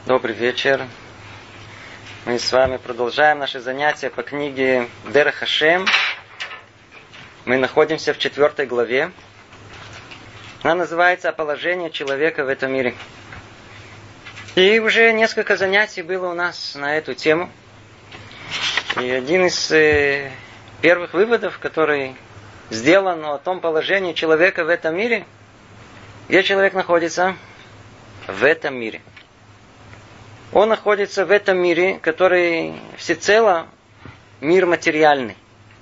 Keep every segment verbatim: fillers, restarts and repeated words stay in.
Добрый вечер. Мы с вами продолжаем наши занятия по книге Дерех Хашем. Мы находимся в четвертой главе. Она называется «О положении человека в этом мире». И уже несколько занятий было у нас на эту тему. И один из э, первых выводов, который сделан о том положении человека в этом мире, где человек находится в этом мире. Он находится в этом мире, который всецело мир материальный.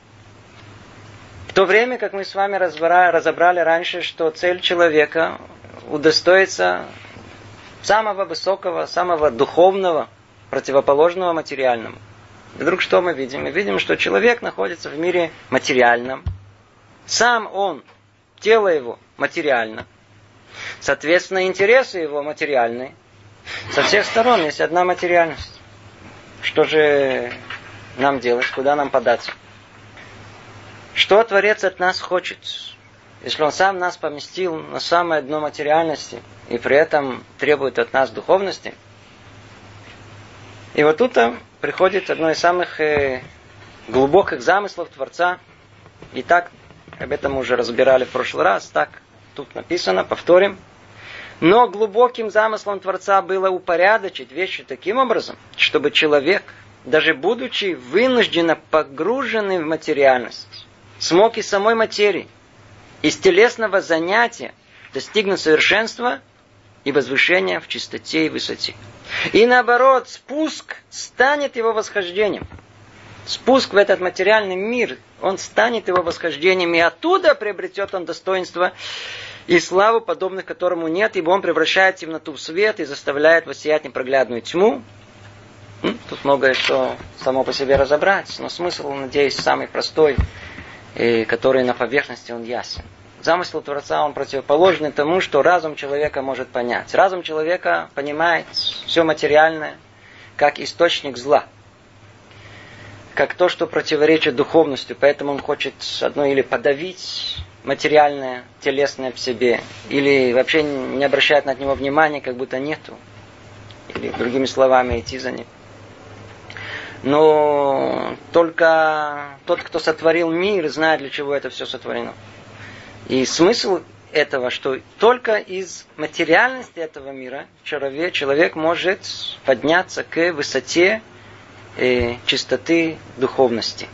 В то время, как мы с вами разобрали раньше, что цель человека удостоиться самого высокого, самого духовного, противоположного материальному. Вдруг что мы видим? Мы видим, что человек находится в мире материальном. Сам он, тело его материально. Соответственно, интересы его материальные. Со всех сторон есть одна материальность. Что же нам делать? Куда нам податься? Что Творец от нас хочет? Если Он сам нас поместил на самое дно материальности и при этом требует от нас духовности. И вот тут приходит одно из самых глубоких замыслов Творца. И так, об этом мы уже разбирали в прошлый раз, так тут написано, повторим. Но глубоким замыслом Творца было упорядочить вещи таким образом, чтобы человек, даже будучи вынужденно погруженным в материальность, смог из самой материи, из телесного занятия достигнуть совершенства и возвышения в чистоте и высоте. И наоборот, спуск станет его восхождением. Спуск в этот материальный мир, он станет его восхождением, и оттуда приобретет он достоинство и славу, подобных которому нет, ибо он превращает темноту в свет и заставляет воссиять непроглядную тьму. Тут многое что само по себе разобрать, но смысл, надеюсь, самый простой, и который на поверхности он ясен. Замысел Творца, он противоположный тому, что разум человека может понять. Разум человека понимает все материальное как источник зла, как то, что противоречит духовности, поэтому он хочет одно или подавить материальное, телесное в себе, или вообще не обращает на него внимания, как будто нету, или другими словами идти за ним. Но только тот, кто сотворил мир, знает, для чего это все сотворено. И смысл этого, что только из материальности этого мира человек, человек может подняться к высоте э, чистоты духовности.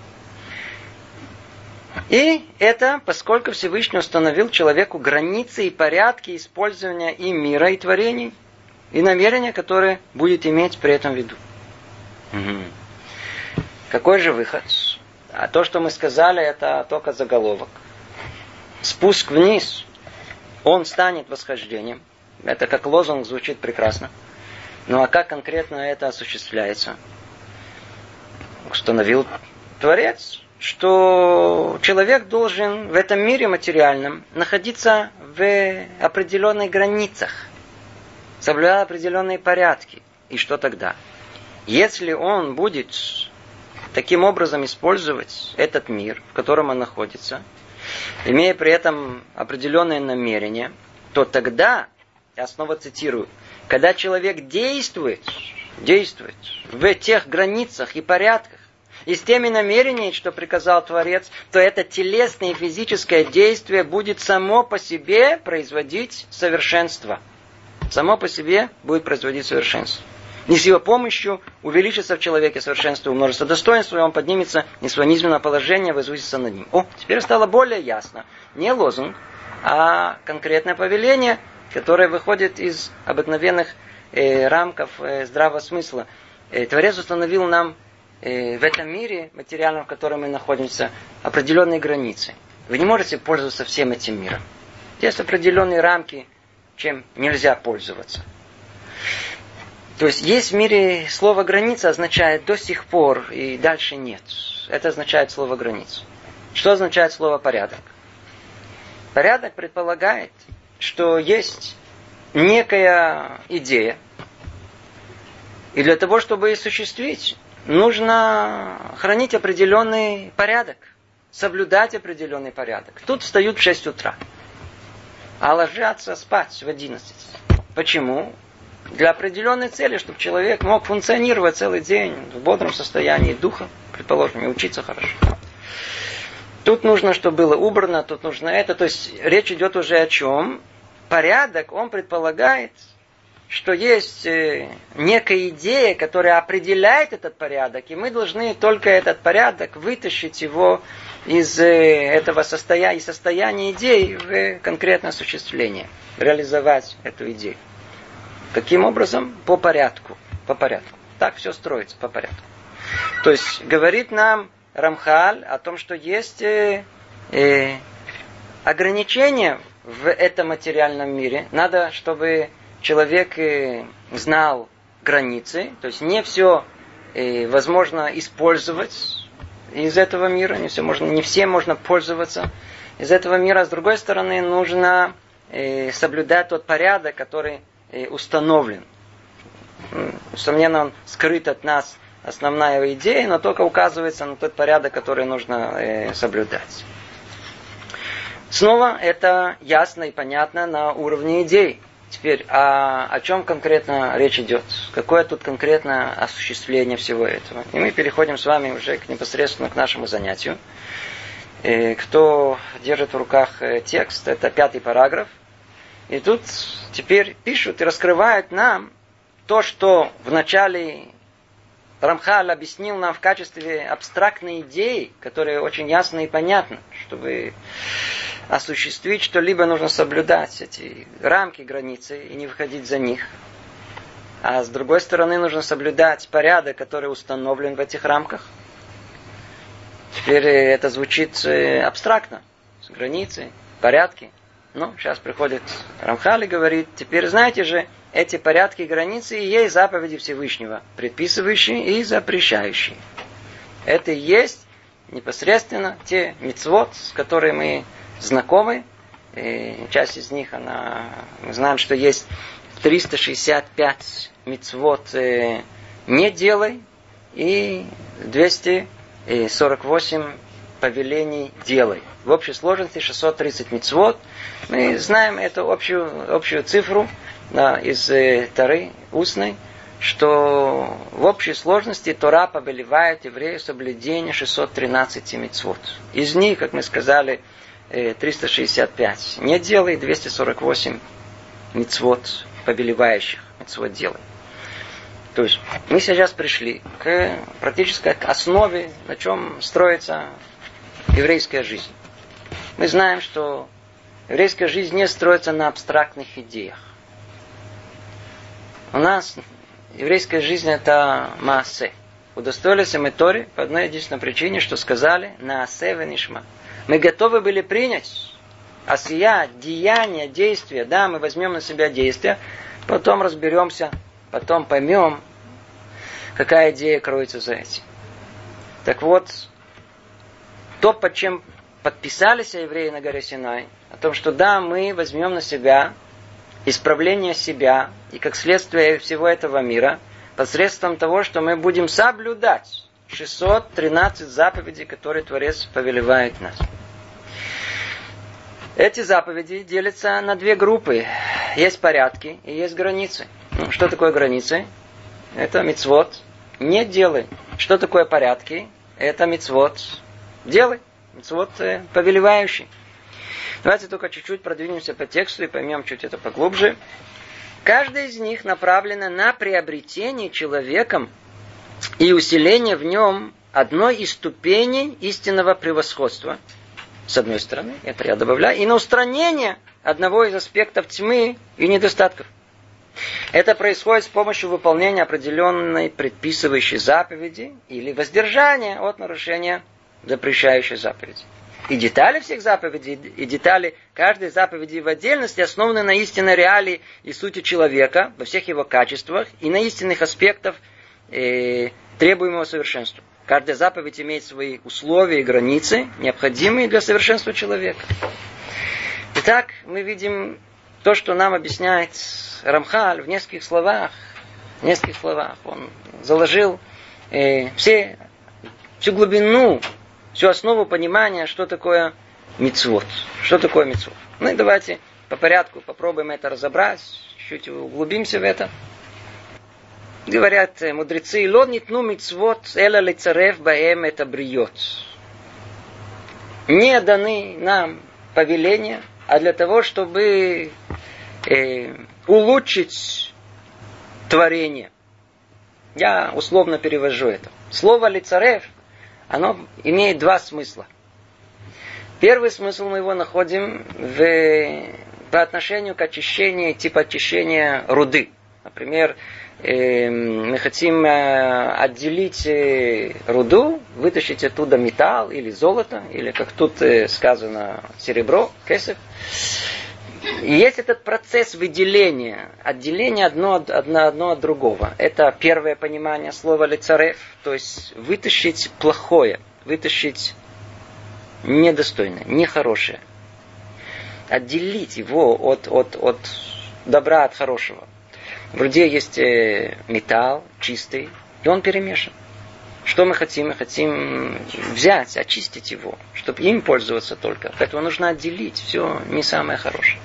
И это, поскольку Всевышний установил человеку границы и порядки использования и мира, и творений, и намерения, которые будет иметь при этом в виду. Угу. Какой же выход? А то, что мы сказали, это только заголовок. Спуск вниз, он станет восхождением. Это как лозунг звучит прекрасно. Ну а как конкретно это осуществляется? Установил Творец, что человек должен в этом мире материальном находиться в определенных границах, соблюдая определенные порядки. И что тогда? Если он будет таким образом использовать этот мир, в котором он находится, имея при этом определенные намерения, то тогда, я снова цитирую, когда человек действует, действует в тех границах и порядках, и с теми намерениями, что приказал Творец, то это телесное и физическое действие будет само по себе производить совершенство. Само по себе будет производить совершенство. И с его помощью увеличится в человеке совершенство, множество достоинства, и он поднимется из своего низменного положения, возвысится над ним. О, теперь стало более ясно. Не лозунг, а конкретное повеление, которое выходит из обыкновенных э, рамков э, здравого смысла. Э, Творец установил нам в этом мире материальном, в котором мы находимся, определенные границы. Вы не можете пользоваться всем этим миром. Есть определенные рамки, чем нельзя пользоваться. То есть есть в мире слово «граница» означает «до сих пор» и дальше нет. Это означает слово «граница». Что означает слово «порядок»? Порядок предполагает, что есть некая идея, и для того, чтобы ее осуществить, нужно хранить определенный порядок, соблюдать определенный порядок. Тут встают в шесть утра, а ложатся спать в одиннадцать. Почему? для определенной цели, чтобы человек мог функционировать целый день в бодром состоянии духа, предположим, и учиться хорошо. Тут нужно, чтобы было убрано, тут нужно это. То есть речь идет уже о чем? Порядок, он предполагает, что есть некая идея, которая определяет этот порядок, и мы должны только этот порядок вытащить его из этого состояния, из состояния идеи в конкретное осуществление, реализовать эту идею. Каким образом? По порядку. По порядку. Так все строится, по порядку. То есть говорит нам Рамхаль о том, что есть э, э, ограничения в этом материальном мире. Надо, чтобы человек э, знал границы. То есть не все э, возможно использовать из этого мира. Не, все можно, не всем можно пользоваться из этого мира. С другой стороны, нужно э, соблюдать тот порядок, который э, установлен. Несомненно, он скрыт от нас. Основная идея, но только указывается на тот порядок, который нужно э, соблюдать. Снова это ясно и понятно на уровне идей. Теперь, а о чем конкретно речь идет? Какое тут конкретно осуществление всего этого? И мы переходим с вами уже к, непосредственно к нашему занятию. Э, кто держит в руках э, текст, это пятый параграф. И тут теперь пишут и раскрывают нам то, что в начале Рамхаль объяснил нам в качестве абстрактной идеи, которая очень ясна и понятна. Чтобы осуществить что-либо, нужно соблюдать эти рамки, границы и не выходить за них. А с другой стороны, нужно соблюдать порядок, который установлен в этих рамках. Теперь это звучит абстрактно. С границы, порядки. Ну, сейчас приходит Рамхаль и говорит, теперь знаете же, эти порядки и границы и есть заповеди Всевышнего, предписывающие и запрещающие. Это и есть непосредственно те мицвот, с которыми мы знакомы. И часть из них, она, мы знаем, что есть триста шестьдесят пять мицвот э, «не делай» и двести сорок восемь повелений «делай». В общей сложности шестьсот тридцать мицвот. Мы знаем эту общую, общую цифру да, из э, Торы устной, что в общей сложности Тора повелевает еврею соблюдение шестьсот тринадцать мицвот. Из них, как мы сказали, э, триста шестьдесят пять не делай, двести сорок восемь мицвот повелевающих, мицвот делай. То есть мы сейчас пришли к практически к основе, на чем строится еврейская жизнь. Мы знаем, что еврейская жизнь не строится на абстрактных идеях. У нас еврейская жизнь это маасе. Удостоились мы Торе по одной единственной причине, что сказали наасе венишма. Мы готовы были принять асия, деяние, действие. Да, мы возьмем на себя действие, потом разберемся, потом поймем, какая идея кроется за этим. Так вот, то, под чем подписались евреи на горе Синай, о том, что да, мы возьмем на себя исправление себя и как следствие всего этого мира посредством того, что мы будем соблюдать шестьсот тринадцать заповедей, которые Творец повелевает нас. Эти заповеди делятся на две группы. Есть порядки и есть границы. Ну, что такое границы? Это мицвот. Не делай. Что такое порядки? Это мицвот. Делай. Мицвот э, повелевающий. Давайте только чуть-чуть продвинемся по тексту и поймем чуть это поглубже. Каждая из них направлена на приобретение человеком и усиление в нем одной из ступеней истинного превосходства. С одной стороны, это я добавляю, и на устранение одного из аспектов тьмы и недостатков. Это происходит с помощью выполнения определенной предписывающей заповеди или воздержания от нарушения запрещающей заповеди. И детали всех заповедей, и детали каждой заповеди в отдельности основаны на истинной реалии и сути человека, во всех его качествах, и на истинных аспектах э, требуемого совершенства. Каждая заповедь имеет свои условия и границы, необходимые для совершенства человека. Итак, мы видим то, что нам объясняет Рамхаль в нескольких словах. В нескольких словах он заложил э, все, всю глубину, всю основу понимания, что такое мицвот. Что такое мицвот? Ну и давайте по порядку попробуем это разобрать. чуть-чуть углубимся в это. Говорят мудрецы, «Ло нитну мицвот эла лицарев баэм это бриот». Не даны нам повеления, а для того, чтобы э, улучшить творение. Я условно перевожу это. Слово лицарев, оно имеет два смысла. Первый смысл мы его находим в, по отношению к очищению, типа очищения руды. Например, э, мы хотим э, отделить э, руду, вытащить оттуда металл или золото, или, как тут э, сказано, серебро, кесef. И есть этот процесс выделения, отделения одно, одно, одно от другого. Это первое понимание слова лицарев, то есть вытащить плохое, вытащить недостойное, нехорошее. Отделить его от, от, от добра, от хорошего. В руде есть металл чистый, и он перемешан. Что мы хотим? Мы хотим взять, очистить его, чтобы им пользоваться только. Поэтому нужно отделить все не самое хорошее.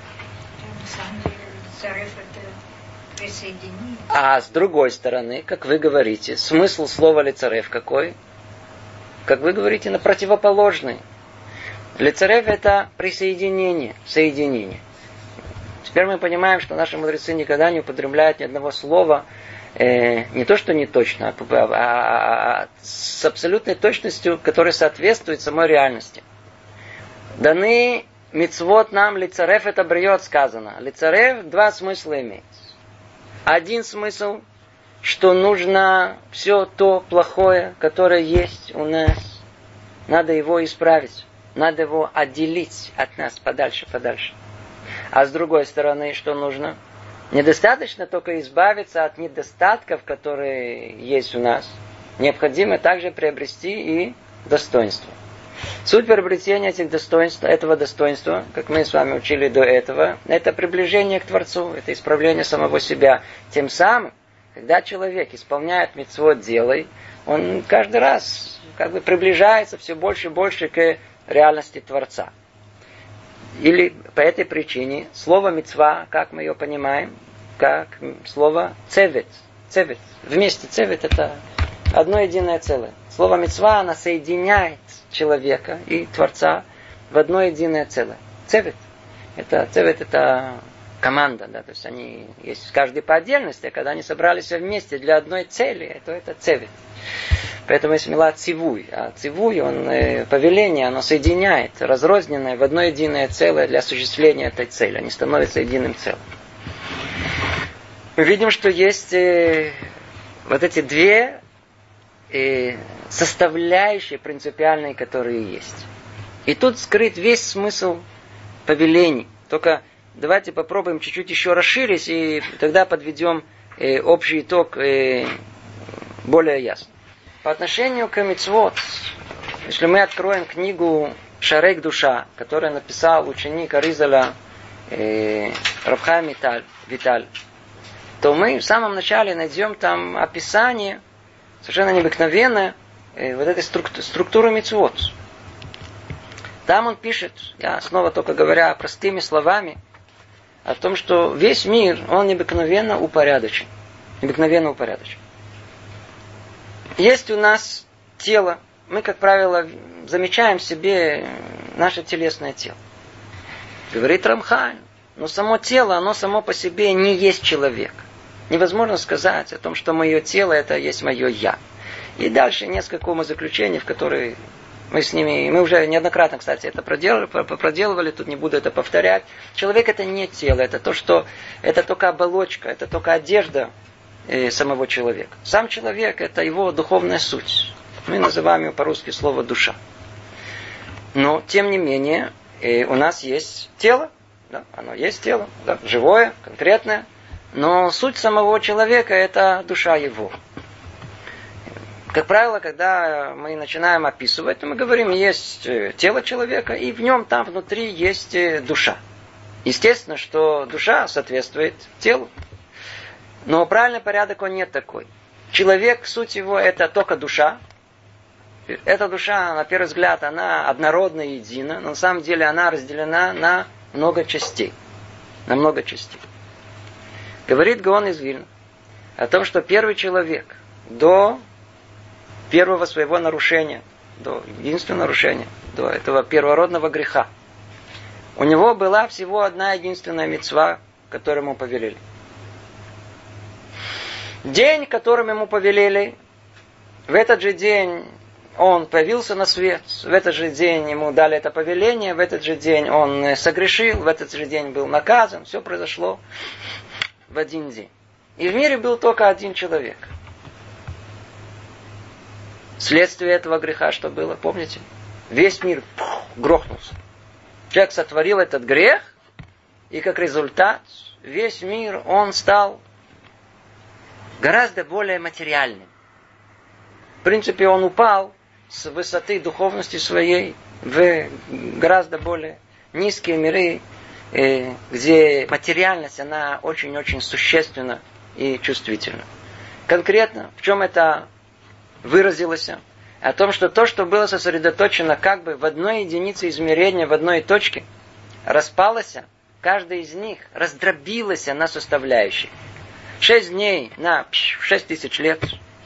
А с другой стороны, как вы говорите, смысл слова лицарев какой? Как вы говорите, на противоположный. Лицарев это присоединение, соединение. Теперь мы понимаем, что наши мудрецы никогда не употребляют ни одного слова, э, не то что не точно, а, а, а, а с абсолютной точностью, которая соответствует самой реальности. Даны мицвот нам лицарев это бриот сказано. Лицарев два смысла имеет. Один смысл, что нужно все то плохое, которое есть у нас, надо его исправить. Надо его отделить от нас подальше, подальше. А с другой стороны, что нужно? Недостаточно только избавиться от недостатков, которые есть у нас. Необходимо также приобрести и достоинство. Суть приобретения этих достоинств, этого достоинства, как мы с вами учили до этого, это приближение к Творцу, это исправление самого себя. Тем самым, когда человек исполняет мицвот делай, он каждый раз как бы приближается все больше и больше к реальности Творца. Или по этой причине слово мицва, как мы ее понимаем, как слово цевет. Цевет. Вместе цевет это одно единое целое. Слово мицва, оно соединяет человека и Творца в одно единое целое. Цевет. Это, цевет это команда, да, то есть они есть каждый по отдельности, а когда они собрались вместе для одной цели, то это цевет. Поэтому есть мила цивуй. А цивуй, он, э, повеление, оно соединяет разрозненное в одно единое целое для осуществления этой цели. Они становятся единым целым. Мы видим, что есть э, вот эти две э, составляющие принципиальные, которые есть. И тут скрыт весь смысл повелений. Только давайте попробуем чуть-чуть еще расширить, и тогда подведем э, общий итог э, более ясно. По отношению к мицвот, если мы откроем книгу Шарейк Душа, которую написал ученик Аризаля э, Рав Хаим Виталь, Виталь, то мы в самом начале найдем там описание совершенно необыкновенное э, вот этой структу- структуры мицвот. Там он пишет, я снова только говоря простыми словами, о том, что весь мир, он необыкновенно упорядочен. Необыкновенно упорядочен. Есть у нас тело. Мы, как правило, замечаем в себе наше телесное тело. Говорит Рамхаль, но само тело, оно само по себе не есть человек. Невозможно сказать о том, что мое тело, это есть мое я. И дальше несколько умозаключений, в которые мы с ними, мы уже неоднократно, кстати, это проделывали, проделывали, тут не буду это повторять. Человек это не тело, это то, что, это только оболочка, это только одежда самого человека. Сам человек это его духовная суть. Мы называем его по-русски слово душа. Но, тем не менее, у нас есть тело. Да, оно есть тело, да, живое, конкретное. Но суть самого человека это душа его. Как правило, когда мы начинаем описывать, то мы говорим, есть тело человека, и в нем там внутри есть душа. Естественно, что душа соответствует телу. Но правильный порядок он не такой. Человек, суть его, это только душа. Эта душа, на первый взгляд, она однородна и едина, но на самом деле она разделена на много частей. На много частей. Говорит Гаон из Вильна о том, что первый человек до первого своего нарушения, до единственного нарушения, до этого первородного греха, у него была всего одна единственная мицва, которую ему повелели. День, которым ему повелели, в этот же день он появился на свет, в этот же день ему дали это повеление, в этот же день он согрешил, в этот же день был наказан. Все произошло в один день. И в мире был только один человек. Следствие этого греха что было, помните? Весь мир пух, грохнулся. Человек сотворил этот грех, и как результат весь мир, он стал гораздо более материальным. В принципе, он упал с высоты духовности своей в гораздо более низкие миры, где материальность, она очень-очень существенна и чувствительна. Конкретно, в чем это выразилось? О том, что то, что было сосредоточено как бы в одной единице измерения, в одной точке, распалось, каждая из них раздробилась на составляющие. Шесть дней на шесть тысяч лет.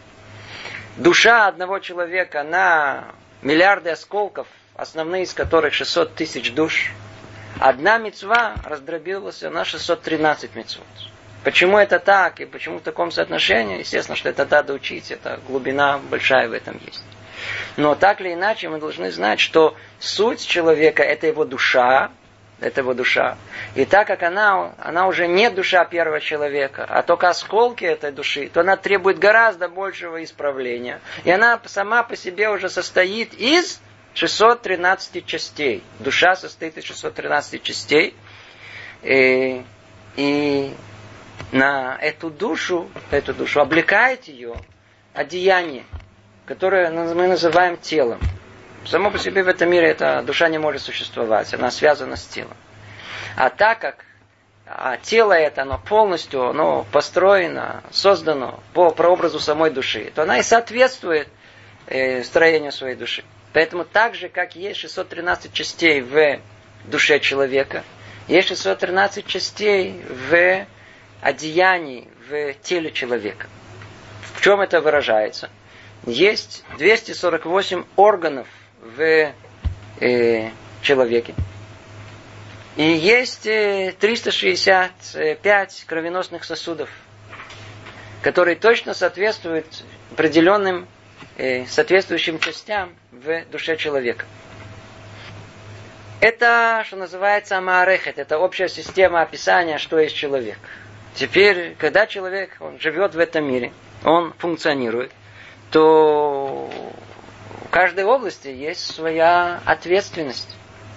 Душа одного человека на миллиарды осколков, основные из которых шестьсот тысяч душ. Одна мицва раздробилась на шестьсот тринадцать мицвот. Почему это так и почему в таком соотношении? Естественно, что это надо учить, это глубина большая в этом есть. Но так или иначе мы должны знать, что суть человека – это его душа, это его душа. И так как она, она уже не душа первого человека, а только осколки этой души, то она требует гораздо большего исправления. И она сама по себе уже состоит из шестисот тринадцати частей. Душа состоит из шестисот тринадцати частей. И, и на эту душу, эту душу облекает ее одеяние, которое мы называем телом. Само по себе в этом мире эта душа не может существовать. Она связана с телом. А так как а тело это, оно полностью оно построено, создано по прообразу самой души, то она и соответствует э, строению своей души. Поэтому так же, как есть шестьсот тринадцать частей в душе человека, есть шестьсот тринадцать частей в одеянии, в теле человека. В чем это выражается? Есть двести сорок восемь органов в э, человеке. И есть э, триста шестьдесят пять кровеносных сосудов, которые точно соответствуют определенным э, соответствующим частям в душе человека. Это, что называется, маарехет, это общая система описания, что есть человек. Теперь, когда человек он живет в этом мире, он функционирует, то в каждой области есть своя ответственность.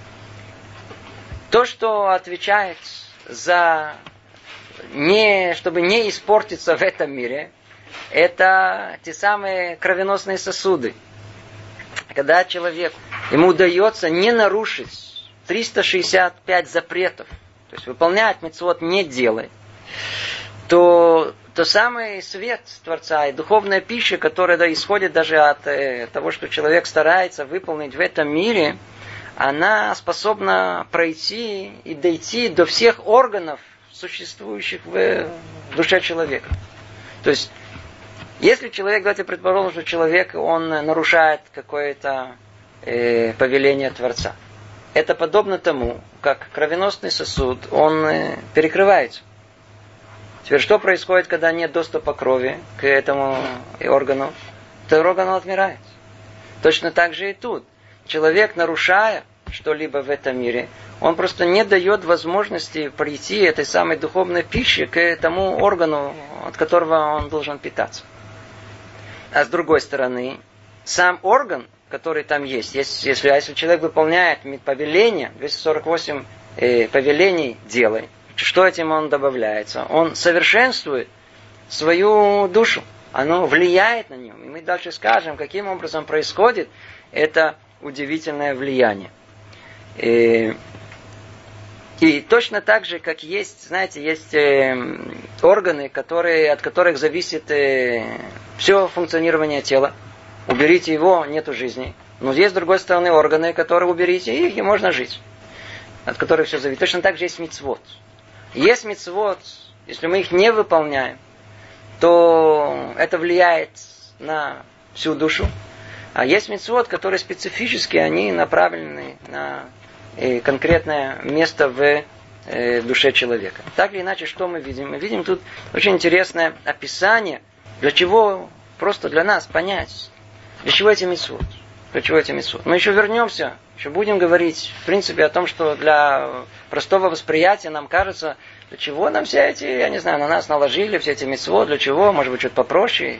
То, что отвечает за не, чтобы не испортиться в этом мире, это те самые кровеносные сосуды. Когда человек, ему удается не нарушить триста шестьдесят пять запретов, то есть выполнять мицвот не делай, то то самый свет Творца и духовная пища, которая да, исходит даже от э, того, что человек старается выполнить в этом мире, она способна пройти и дойти до всех органов, существующих в душе человека. То есть, если человек, давайте предположим, что человек, он нарушает какое-то э, повеление Творца, это подобно тому, как кровеносный сосуд, он э, перекрывается. Теперь, что происходит, когда нет доступа крови к этому органу? То орган отмирает. Точно так же и тут. Человек, нарушая что-либо в этом мире, он просто не дает возможности прийти этой самой духовной пищи к тому органу, от которого он должен питаться. А с другой стороны, сам орган, который там есть, есть если, если человек выполняет повеление, двести сорок восемь э, повелений делай, что этим он добавляется? Он совершенствует свою душу. Оно влияет на нее. И мы дальше скажем, каким образом происходит это удивительное влияние. И, и точно так же, как есть, знаете, есть э, органы, которые, от которых зависит э, все функционирование тела. Уберите его, нету жизни. Но есть, с другой стороны, органы, которые уберите их, и можно жить. От которых все зависит. Точно так же есть мицвот. Есть мицвот, если мы их не выполняем, то это влияет на всю душу. А есть мицвот, которые специфически, они направлены на конкретное место в душе человека. Так или иначе, что мы видим? Мы видим тут очень интересное описание, для чего, просто для нас понять, для чего эти мицвот. Для чего эти мицвот. Мы еще вернемся, еще будем говорить, в принципе, о том, что для простого восприятия нам кажется, для чего нам все эти, я не знаю, на нас наложили все эти мицвот, для чего, может быть, что-то попроще.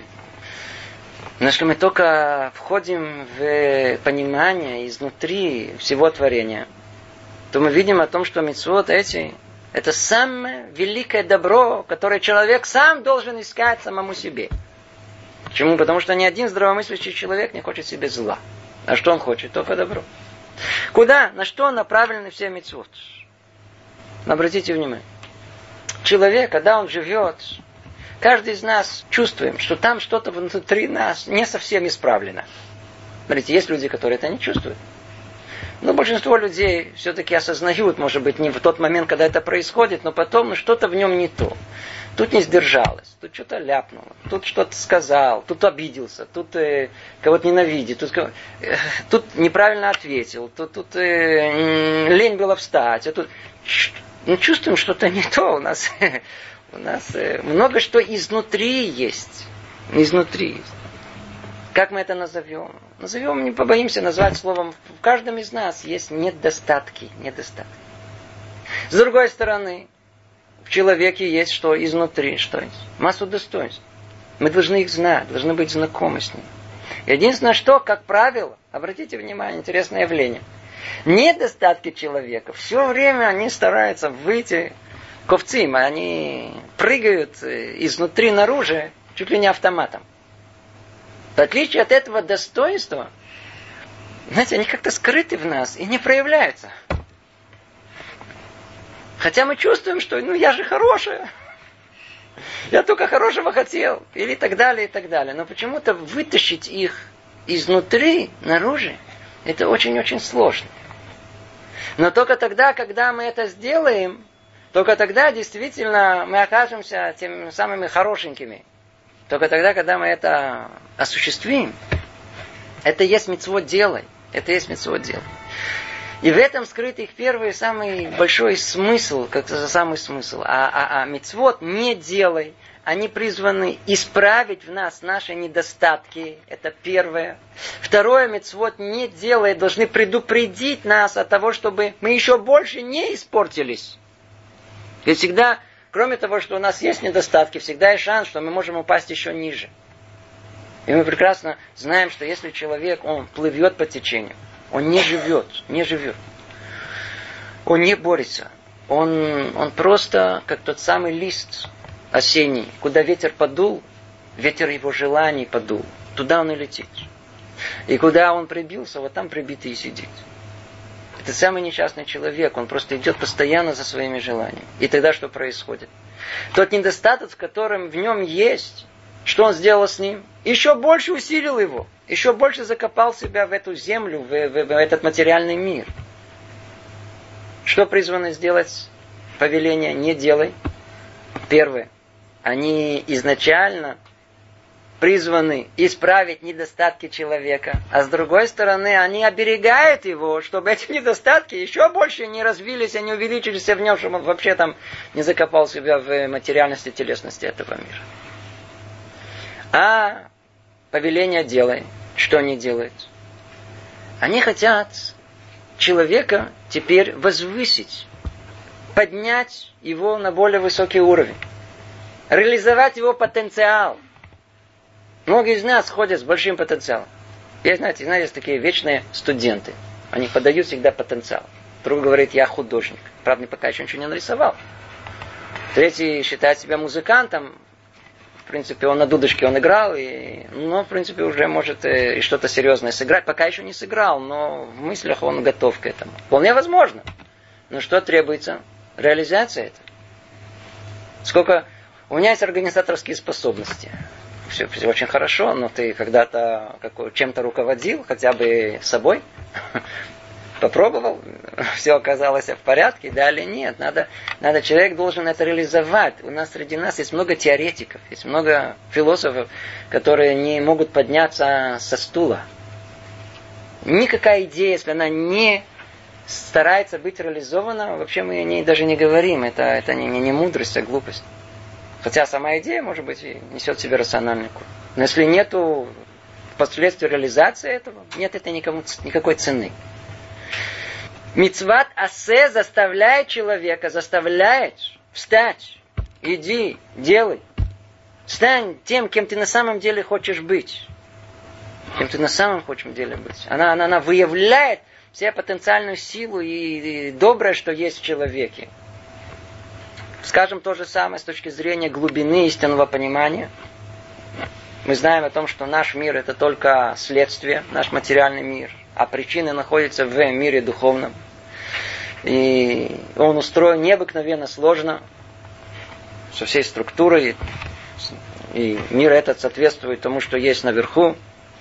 Но если мы только входим в понимание изнутри всего творения, то мы видим о том, что мицвот эти, это самое великое добро, которое человек сам должен искать самому себе. Почему? Потому что ни один здравомыслящий человек не хочет себе зла. А что он хочет? Только добро. Куда? На что направлены все мицвот? Обратите внимание. Человек, когда он живет, каждый из нас чувствуем, что там что-то внутри нас не совсем исправлено. Смотрите, есть люди, которые это не чувствуют. Но большинство людей все-таки осознают, может быть, не в тот момент, когда это происходит, но потом ну, что-то в нем не то. Тут не сдержалось, тут что-то ляпнуло, тут что-то сказал, тут обиделся, тут э, кого-то ненавидит, тут, э, тут неправильно ответил, тут, тут э, лень было встать. А тут, ну, чувствуем, что-то не то. У нас, у нас э, много что изнутри есть. Изнутри есть. Как мы это назовем? Назовем, не побоимся назвать словом, в каждом из нас есть недостатки. недостатки. С другой стороны, в человеке есть что изнутри, что есть? Массу достоинств. Мы должны их знать, должны быть знакомы с ними. Единственное, что, как правило, обратите внимание, интересное явление. Недостатки человека, все время они стараются выйти ковцим, они прыгают изнутри наружу, чуть ли не автоматом. В отличие от этого достоинства, знаете, они как-то скрыты в нас и не проявляются. Хотя мы чувствуем, что ну я же хорошая. Я только хорошего хотел. Или так далее, и так далее. Но почему-то вытащить их изнутри, наружу, это очень-очень сложно. Но только тогда, когда мы это сделаем, только тогда действительно мы окажемся теми самыми хорошенькими. Только тогда, когда мы это осуществим, это есть мицвот делай. Это есть мицвот делай. И в этом скрыт их первый, самый большой смысл, как за самый смысл. А, а, а мицвот не делай. Они призваны исправить в нас наши недостатки. Это первое. Второе, мицвот не делай, должны предупредить нас от того, чтобы мы еще больше не испортились. Ведь всегда, кроме того, что у нас есть недостатки, всегда есть шанс, что мы можем упасть еще ниже. И мы прекрасно знаем, что если человек, он плывет по течению, он не живет, не живет. Он не борется. Он, он просто, как тот самый лист осенний, куда ветер подул, ветер его желаний подул. Туда он и летит. И куда он прибился, вот там прибитый и сидит. Это самый несчастный человек. Он просто идет постоянно за своими желаниями. И тогда что происходит? Тот недостаток, в котором в нем есть, что он сделал с ним? Еще больше усилил его. Еще больше закопал себя в эту землю, в, в, в этот материальный мир. Что призвано сделать повеление «не делай»? Первое. Они изначально призваны исправить недостатки человека. А с другой стороны, они оберегают его, чтобы эти недостатки еще больше не развились, и не увеличились в нем, чтобы он вообще там не закопал себя в материальности и телесности этого мира. А повеление «делай». Что они делают? Они хотят человека теперь возвысить, поднять его на более высокий уровень, реализовать его потенциал. Многие из нас ходят с большим потенциалом. Есть, знаете, знаете, такие вечные студенты. Они подают всегда потенциал. Другой говорит, я художник. Правда, пока еще ничего не нарисовал. Третий считает себя музыкантом. В принципе, он на дудочке он играл, и, но, в принципе, уже может и что-то серьезное сыграть. Пока еще не сыграл, но в мыслях он готов к этому. Вполне возможно. Но что требуется? Реализация этого. Сколько... У меня есть организаторские способности. Все, все очень хорошо, но ты когда-то чем-то руководил, хотя бы собой. Попробовал, все оказалось в порядке, далее нет. Надо, надо, человек должен это реализовать. У нас среди нас есть много теоретиков, есть много философов, которые не могут подняться со стула. Никакая идея, если она не старается быть реализована, вообще мы о ней даже не говорим. Это, это не, не мудрость, а глупость. Хотя сама идея, может быть, несет в себе рациональный код. Но если нету впоследствии реализации этого, нет это никому, никакой цены. Мицват асе заставляет человека, заставляет встать, иди, делай. Стань тем, кем ты на самом деле хочешь быть. Кем ты на самом хочешь деле быть. Она, она, она выявляет всю потенциальную силу и, и доброе, что есть в человеке. Скажем то же самое с точки зрения глубины истинного понимания. Мы знаем о том, что наш мир это только следствие, наш материальный мир. А причины находятся в мире духовном. И он устроен необыкновенно сложно, со всей структурой. И мир этот соответствует тому, что есть наверху.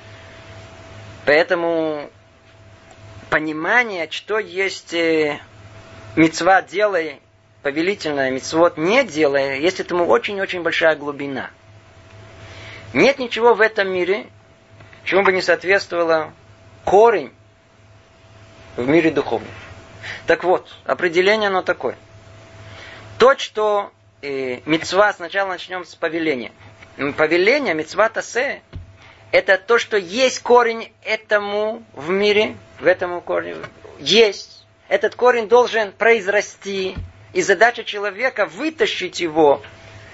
Поэтому понимание, что есть мицва делай, повелительное мицвот не делай, есть этому очень-очень большая глубина. Нет ничего в этом мире, чему бы не соответствовало корень в мире духовном. Так вот, определение оно такое. То, что э, мицва, сначала начнем с повеления. Повеление, мицва тасе, это то, что есть корень этому в мире, в этом корне есть. Этот корень должен произрасти, и задача человека вытащить его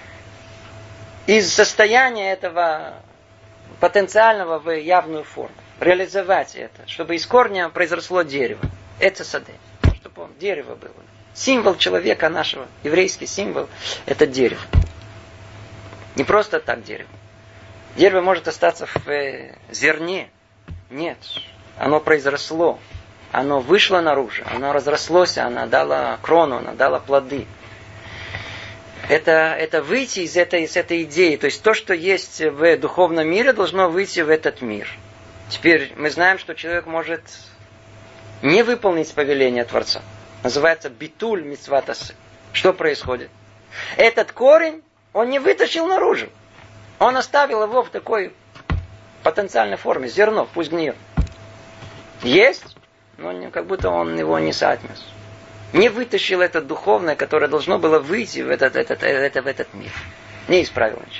из состояния этого потенциального в явную форму. Реализовать это, чтобы из корня произросло дерево. Это сады. Чтобы он, дерево было. Символ человека нашего, еврейский символ, это дерево. Не просто так дерево. Дерево может остаться в зерне. Нет. Оно произросло. Оно вышло наружу. Оно разрослось. Оно дало крону. Оно дало плоды. Это, это выйти из этой, из этой идеи. То есть то, что есть в духовном мире, должно выйти в этот мир. Теперь мы знаем, что человек может не выполнить повеление Творца. Называется битуль мицват асе. Что происходит? Этот корень он не вытащил наружу. Он оставил его в такой потенциальной форме. Зерно, пусть гниет. Есть, но как будто он его не соотнес. Не вытащил это духовное, которое должно было выйти в этот, этот, этот, в этот мир. Не исправил ничего.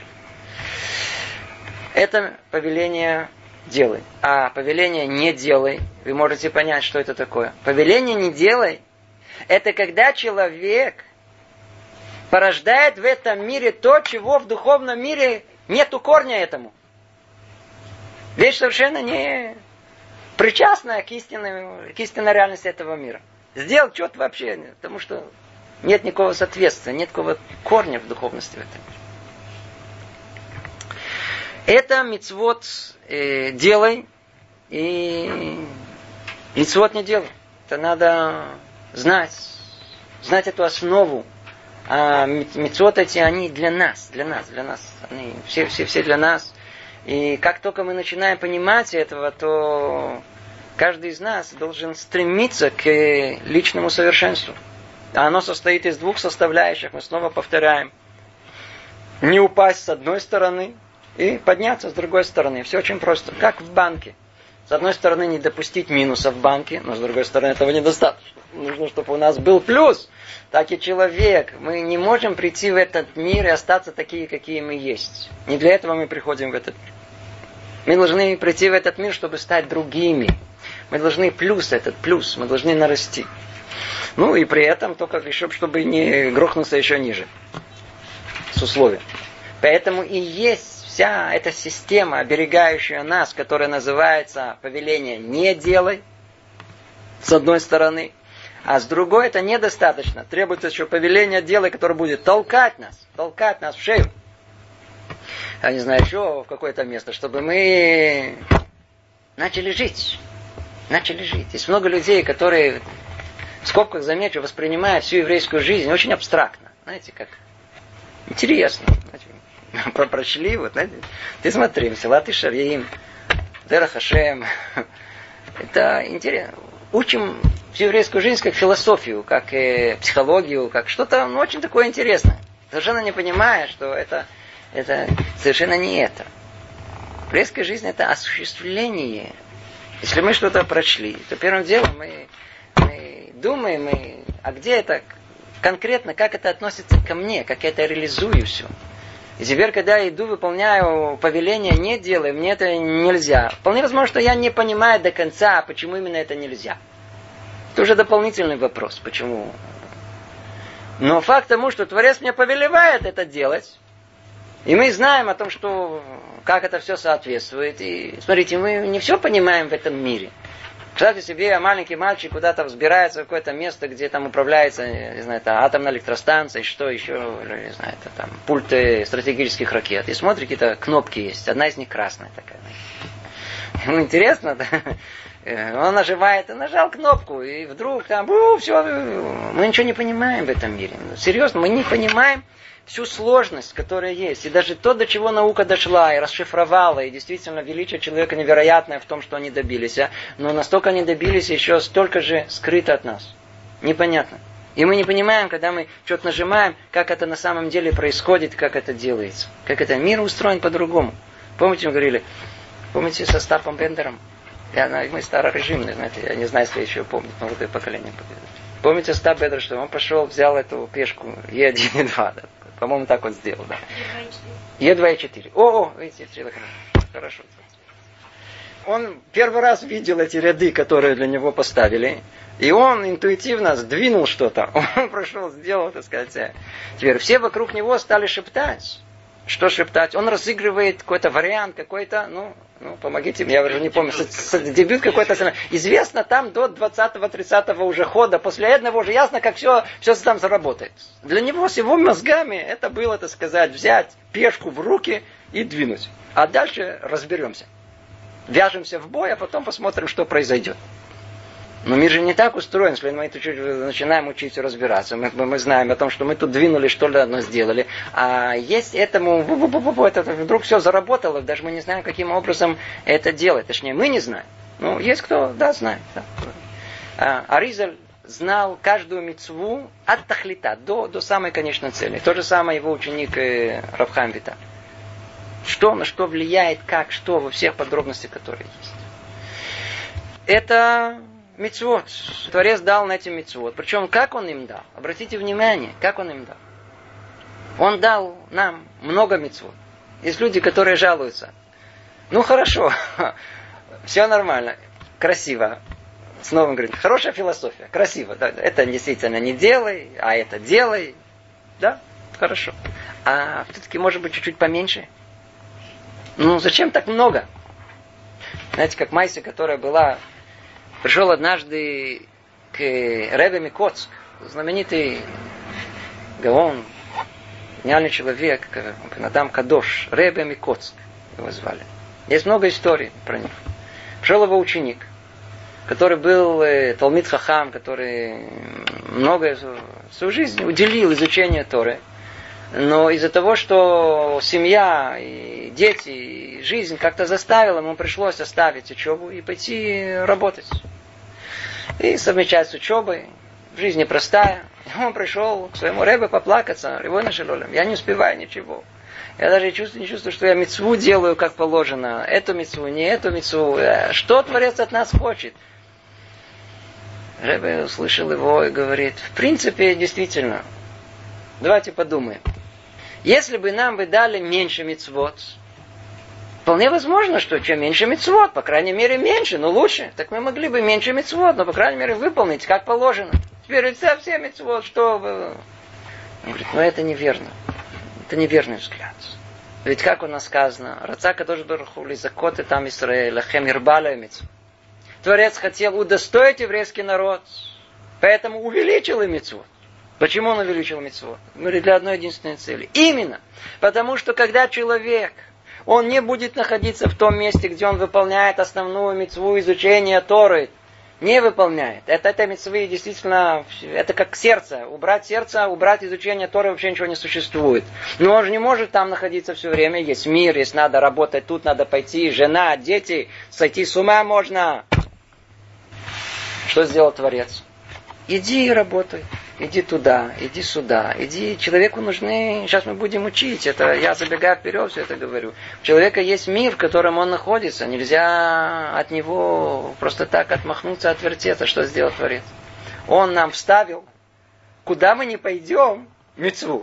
Это повеление делай. А повеление не делай, вы можете понять, что это такое. Повеление не делай, это когда человек порождает в этом мире то, чего в духовном мире нету корня этому. Вещь совершенно не причастная к истинной, к истинной реальности этого мира. Сделал что-то вообще, потому что нет никакого соответствия, нет никакого корня в духовности в этом мире. Это мицвот э, делай и мицвот не делай. Это надо знать, знать эту основу. А мицвот эти, они для нас, для нас, для нас. Они все, все, все для нас. И как только мы начинаем понимать этого, то каждый из нас должен стремиться к личному совершенству. А оно состоит из двух составляющих. Мы снова повторяем. Не упасть с одной стороны и подняться с другой стороны. Все очень просто. Как в банке. С одной стороны, не допустить минуса в банке, но с другой стороны, этого недостаточно. Нужно, чтобы у нас был плюс. Так и человек. Мы не можем прийти в этот мир и остаться такие, какие мы есть. Не для этого мы приходим в этот мир. Мы должны прийти в этот мир, чтобы стать другими. Мы должны плюс этот, плюс. Мы должны нарасти. Ну и при этом только еще, чтобы не грохнуться еще ниже. С условием. Поэтому и есть вся эта система, оберегающая нас, которая называется повеление «не делай», с одной стороны, а с другой это недостаточно. Требуется еще повеление «делай», которое будет толкать нас, толкать нас в шею. Я не знаю, еще в какое-то место, чтобы мы начали жить. Начали жить. Есть много людей, которые, в скобках замечу, воспринимают всю еврейскую жизнь очень абстрактно. Знаете, как интересно. Про прочли, вот, знаете, ты смотри, Месилат Йешарим, Дерах Хашем. Это интересно. Учим всю еврейскую жизнь как философию, как э, психологию, как что-то ну, очень такое интересное. Совершенно не понимая, что это, это совершенно не это. Еврейская жизнь это осуществление. Если мы что-то прочли, то первым делом мы, мы думаем, мы, а где это конкретно, как это относится ко мне, как я это реализую все. И теперь, когда я иду, выполняю повеление, не делаю, мне это нельзя. Вполне возможно, что я не понимаю до конца, почему именно это нельзя. Это уже дополнительный вопрос, почему. Но факт тому, что Творец мне повелевает это делать, и мы знаем о том, что, как это все соответствует. И смотрите, мы не все понимаем в этом мире. Представьте себе, маленький мальчик куда-то взбирается в какое-то место, где там управляется, не знаю, это атомная электростанция, что еще, не знаю, это там пульты стратегических ракет. И смотрит, какие-то кнопки есть. Одна из них красная такая. Ему интересно, да? Он нажимает, и нажал кнопку, и вдруг там, у, все, мы ничего не понимаем в этом мире. Серьезно, мы не понимаем всю сложность, которая есть. И даже то, до чего наука дошла и расшифровала, и действительно величие человека невероятное в том, что они добились. А? Но настолько они добились, еще столько же скрыто от нас. Непонятно. И мы не понимаем, когда мы что-то нажимаем, как это на самом деле происходит, как это делается. Как это мир устроен по-другому. Помните, мы говорили, помните со Стапом Бендером? Я, мы старорежимные, знаете, я не знаю, если еще помню, молодое поколение. Помните Стап Бендер, что он пошел, взял эту пешку Е один и два, да? По-моему, так он сделал, да. Е два и четыре. О, о, видите, хорошо. Он первый раз видел эти ряды, которые для него поставили, и он интуитивно сдвинул что-то. Он прошел, сделал, так сказать. Теперь все вокруг него стали шептать. Что шептать? Он разыгрывает какой-то вариант, какой-то, ну, ну помогите мне, я уже не помню, дебют какой-то. Известно там до двадцатого-тридцатого уже хода, после этого уже ясно, как все, все там заработает. Для него с его мозгами это было, так сказать, взять пешку в руки и двинуть. А дальше разберемся. Вяжемся в бой, а потом посмотрим, что произойдет. Но мир же не так устроен, если мы чуть-чуть начинаем учить разбираться. Мы, мы знаем о том, что мы тут двинули, что-то одно сделали. А есть этому, это вдруг все заработало, даже мы не знаем, каким образом это делать. Точнее, мы не знаем. Ну, есть кто, да, знает. Да. А, Аризаль знал каждую мицву от тахлита до, до самой конечной цели. То же самое его ученик э, Рав Хаим Виталь. Что на что влияет, как, что, во всех подробностях, которые есть. Это мицвот. Творец дал на эти мицвот. Причем, как он им дал? Обратите внимание, как он им дал. Он дал нам много мицвот. Есть люди, которые жалуются. Ну, хорошо, все нормально, красиво. Снова он говорит, хорошая философия, красиво. Да, это действительно не делай, а это делай. Да, хорошо. А все-таки, может быть, чуть-чуть поменьше. Ну, зачем так много? Знаете, как Майся, которая была... Пришел однажды к Ребе Микоцк, знаменитый гаон, гениальный человек, Адам Кадош, Ребе Микоцк его звали. Есть много историй про него. Пришел его ученик, который был Талмид Хахам, который многое свою жизнь уделил изучению Торы. Но из-за того, что семья, и дети, и жизнь как-то заставила, ему пришлось оставить учебу и пойти работать. И совмещать с учебой. Жизнь непростая. И он пришел к своему ребе поплакаться. Ревойна шелолем. Я не успеваю ничего. Я даже чувствую, не чувствую, что я мицву делаю как положено. Эту мицву, не эту мицву. Что Творец от нас хочет? Ребе услышал его и говорит, в принципе, действительно, давайте подумаем. Если бы нам бы дали меньше мицвот, вполне возможно, что чем меньше мицвот, по крайней мере меньше, но лучше. Так мы могли бы меньше мицвот, но по крайней мере выполнить как положено. Теперь ведь совсем мицвот, что... Он говорит, ну это неверно. Это неверный взгляд. Ведь как у нас сказано, Раца Кадош Барух Ху лизакот там Исраэль, лахем ирбала мицвот. Творец хотел удостоить еврейский народ, поэтому увеличил и мицвот. Почему он увеличил мицвот? Говорит, для одной единственной цели. Именно потому, что когда человек, он не будет находиться в том месте, где он выполняет основную мицву изучения Торы, не выполняет. Это, это мицвы действительно, это как сердце. Убрать сердце, убрать изучение Торы, вообще ничего не существует. Но он же не может там находиться все время. Есть мир, есть надо работать, тут надо пойти, жена, дети, сойти с ума можно. Что сделал Творец? Иди и работай. Иди туда, иди сюда, иди. Человеку нужны... Сейчас мы будем учить. Это я забегаю вперед, все это говорю. У человека есть мир, в котором он находится. Нельзя от него просто так отмахнуться, отвертеться. Что сделал Творец? Он нам вставил, куда мы не пойдем, мицву.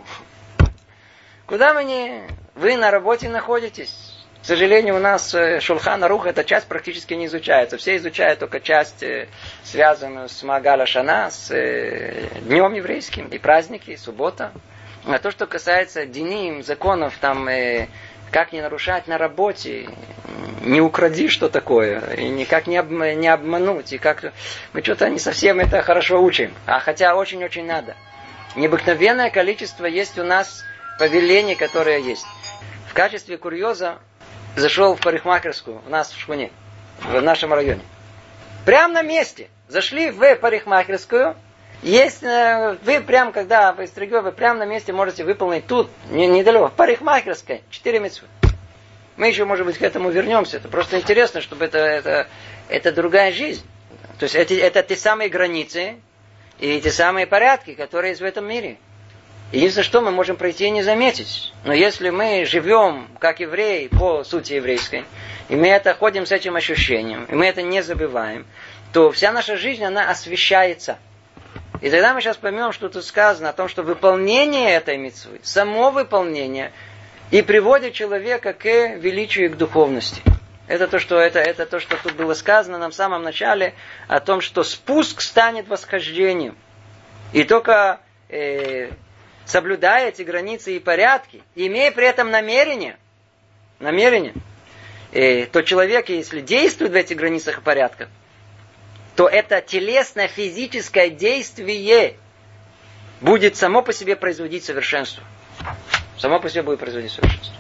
Куда мы не... Вы на работе находитесь. К сожалению, у нас Шулхан Арух эта часть практически не изучается. Все изучают только часть, связанную с Магаля Шана, с днем еврейским, и праздники, и суббота. А то, что касается диним, законов, там, как не нарушать на работе, не укради, что такое, и никак не, об, не обмануть, и как... Мы что-то не совсем это хорошо учим. А хотя очень-очень надо. Необыкновенное количество есть у нас повелений, которые есть. В качестве курьеза зашел в парикмахерскую у нас в Шхуне, в нашем районе. Прямо на месте. Зашли в парикмахерскую. Есть, вы прямо, когда вы стриге, вы прямо на месте можете выполнить тут, недалеко, в парикмахерской, четыре мицвы. Мы еще, может быть, к этому вернемся. Это просто интересно, чтобы это, это, это другая жизнь. То есть это, это те самые границы и те самые порядки, которые есть в этом мире. Единственное, что мы можем пройти и не заметить. Но если мы живем, как евреи, по сути еврейской, и мы это ходим с этим ощущением, и мы это не забываем, то вся наша жизнь, она освещается. И тогда мы сейчас поймем, что тут сказано о том, что выполнение этой мицвы, само выполнение, и приводит человека к величию и к духовности. Это то, что, это, это то, что тут было сказано нам в самом начале, о том, что спуск станет восхождением. И только... Э, соблюдая эти границы и порядки, имея при этом намерение, намерение, э, то человек, если действует в этих границах и порядках, то это телесное, физическое действие будет само по себе производить совершенство. Само по себе будет производить совершенство.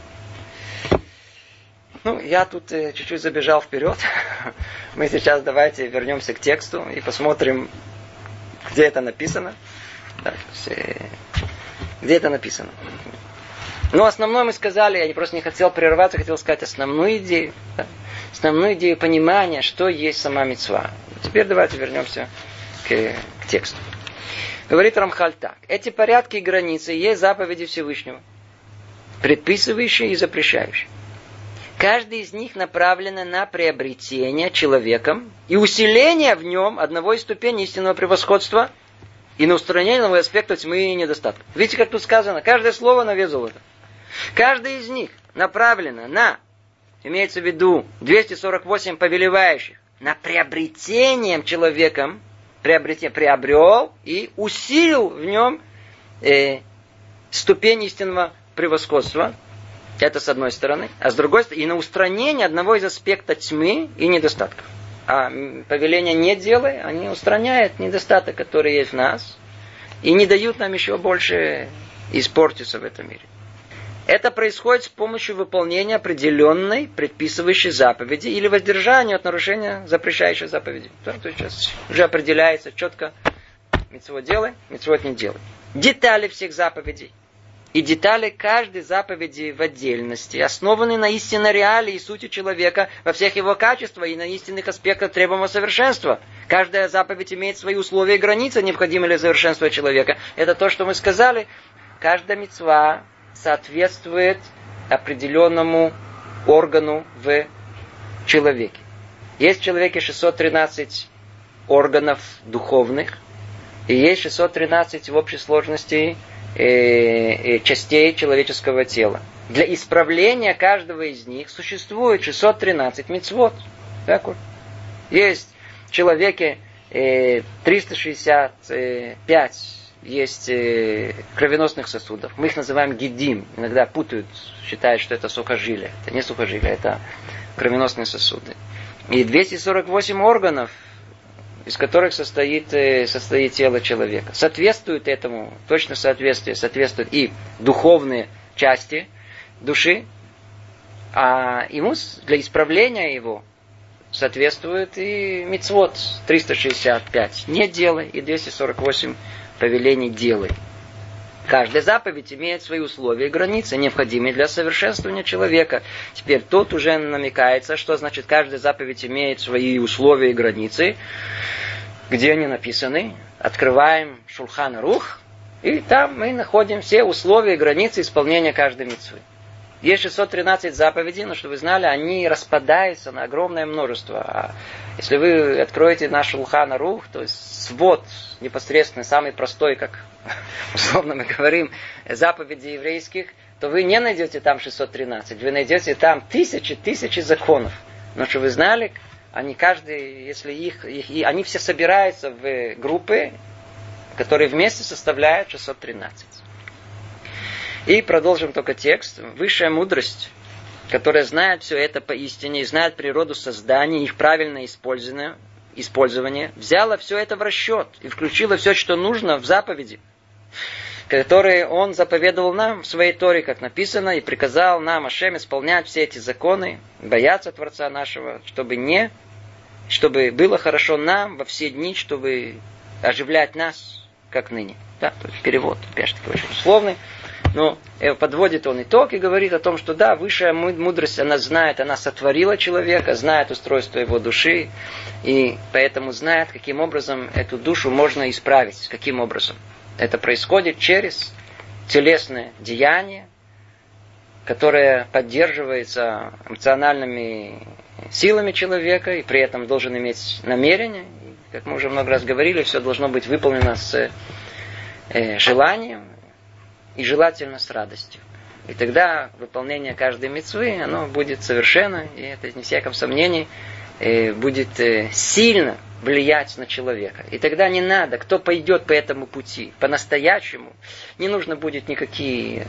Ну, я тут э, чуть-чуть забежал вперед. Мы сейчас давайте вернемся к тексту и посмотрим, где это написано. Так, все... Где это написано? Ну, основное мы сказали, я просто не хотел прерваться, хотел сказать основную идею. Да? Основную идею понимания, что есть сама мицва. Теперь давайте вернемся к, к тексту. Говорит Рамхаль так. Эти порядки и границы есть заповеди Всевышнего, предписывающие и запрещающие. Каждый из них направлен на приобретение человеком и усиление в нем одного из ступеней истинного превосходства и на устранение нового аспекта тьмы и недостатков. Видите, как тут сказано? Каждое слово на вес золота. Каждый из них направлено на, имеется в виду, двести сорок восемь повелевающих, на приобретением человеком, приобретение, приобрел и усилил в нем э, ступень истинного превосходства. Это с одной стороны. А с другой стороны, и на устранение одного из аспектов тьмы и недостатков. А повеления не делай, они устраняют недостаток, который есть в нас, и не дают нам еще больше испортиться в этом мире. Это происходит с помощью выполнения определенной предписывающей заповеди или воздержания от нарушения запрещающей заповеди. Да, то есть сейчас уже определяется четко: мицвот делай, мицвот не делай. Детали всех заповедей и детали каждой заповеди в отдельности основаны на истинной реалии и сути человека во всех его качествах и на истинных аспектах требуемого совершенства. Каждая заповедь имеет свои условия и границы, необходимые для совершенства человека. Это то, что мы сказали. Каждая мицва соответствует определенному органу в человеке. Есть в человеке шестьсот тринадцать органов духовных, и есть шестьсот тринадцать в общей сложности частей человеческого тела. Для исправления каждого из них существует шестьсот тринадцать мицвот. Так вот. Есть в человеке триста шестьдесят пять есть кровеносных сосудов. Мы их называем гидим. Иногда путают, считают, что это сухожилия. Это не сухожилия, это кровеносные сосуды. И двести сорок восемь органов, из которых состоит, состоит тело человека. Соответствует этому, точно соответствие, соответствуют и духовные части души, а ему для исправления его соответствует и мицвот триста шестьдесят пять. Не делай, и двести сорок восемь повелений делай. Каждая заповедь имеет свои условия и границы, необходимые для совершенствования человека. Теперь тут уже намекается, что значит каждая заповедь имеет свои условия и границы. Где они написаны? Открываем Шулхан Арух, и там мы находим все условия и границы исполнения каждой мицвы. Есть шестьсот тринадцать заповедей, но, чтобы вы знали, они распадаются на огромное множество. А если вы откроете наш Шулхан Арух, то есть свод непосредственно, самый простой, как условно мы говорим, заповеди еврейских, то вы не найдете там шестьсот тринадцать, вы найдете там тысячи, тысячи законов. Но, чтобы вы знали, они каждый, если их, их и они все собираются в группы, которые вместе составляют шестьсот тринадцать. И продолжим только текст. Высшая мудрость, которая знает все это поистине и знает природу создания, их правильное использование, использование, взяла все это в расчет и включила все, что нужно в заповеди, которые он заповедовал нам в своей Торе, как написано, и приказал нам, Ашем, исполнять все эти законы, бояться Творца нашего, чтобы не, чтобы было хорошо нам во все дни, чтобы оживлять нас, как ныне. Да, то есть перевод, опять-таки, очень условный. Но подводит он итог и говорит о том, что да, высшая мудрость, она знает, она сотворила человека, знает устройство его души, и поэтому знает, каким образом эту душу можно исправить, каким образом. Это происходит через телесное деяние, которое поддерживается эмоциональными силами человека, и при этом должен иметь намерение. И, как мы уже много раз говорили, все должно быть выполнено с э, желанием, и желательно с радостью. И тогда выполнение каждой мицвы, оно будет совершенно, и это, не всяком сомнении, будет сильно влиять на человека. И тогда не надо, кто пойдет по этому пути, по-настоящему, не нужно будет никакие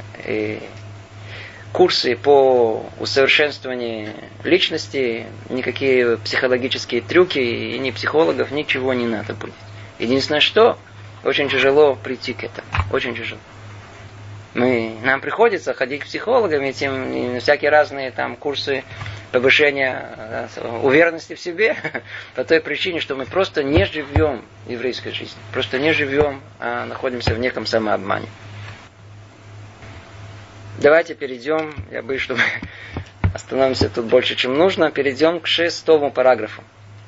курсы по усовершенствованию личности, никакие психологические трюки, и ни психологов, ничего не надо будет. Единственное, что очень тяжело прийти к этому. Очень тяжело. Мы, нам приходится ходить к психологам, и тем, и всякие разные там курсы повышения уверенности в себе, по той причине, что мы просто не живем еврейской жизнью. Просто не живем, а находимся в неком самообмане. Давайте перейдем, я боюсь, что мы остановимся тут больше, чем нужно, перейдем к шестому параграфу.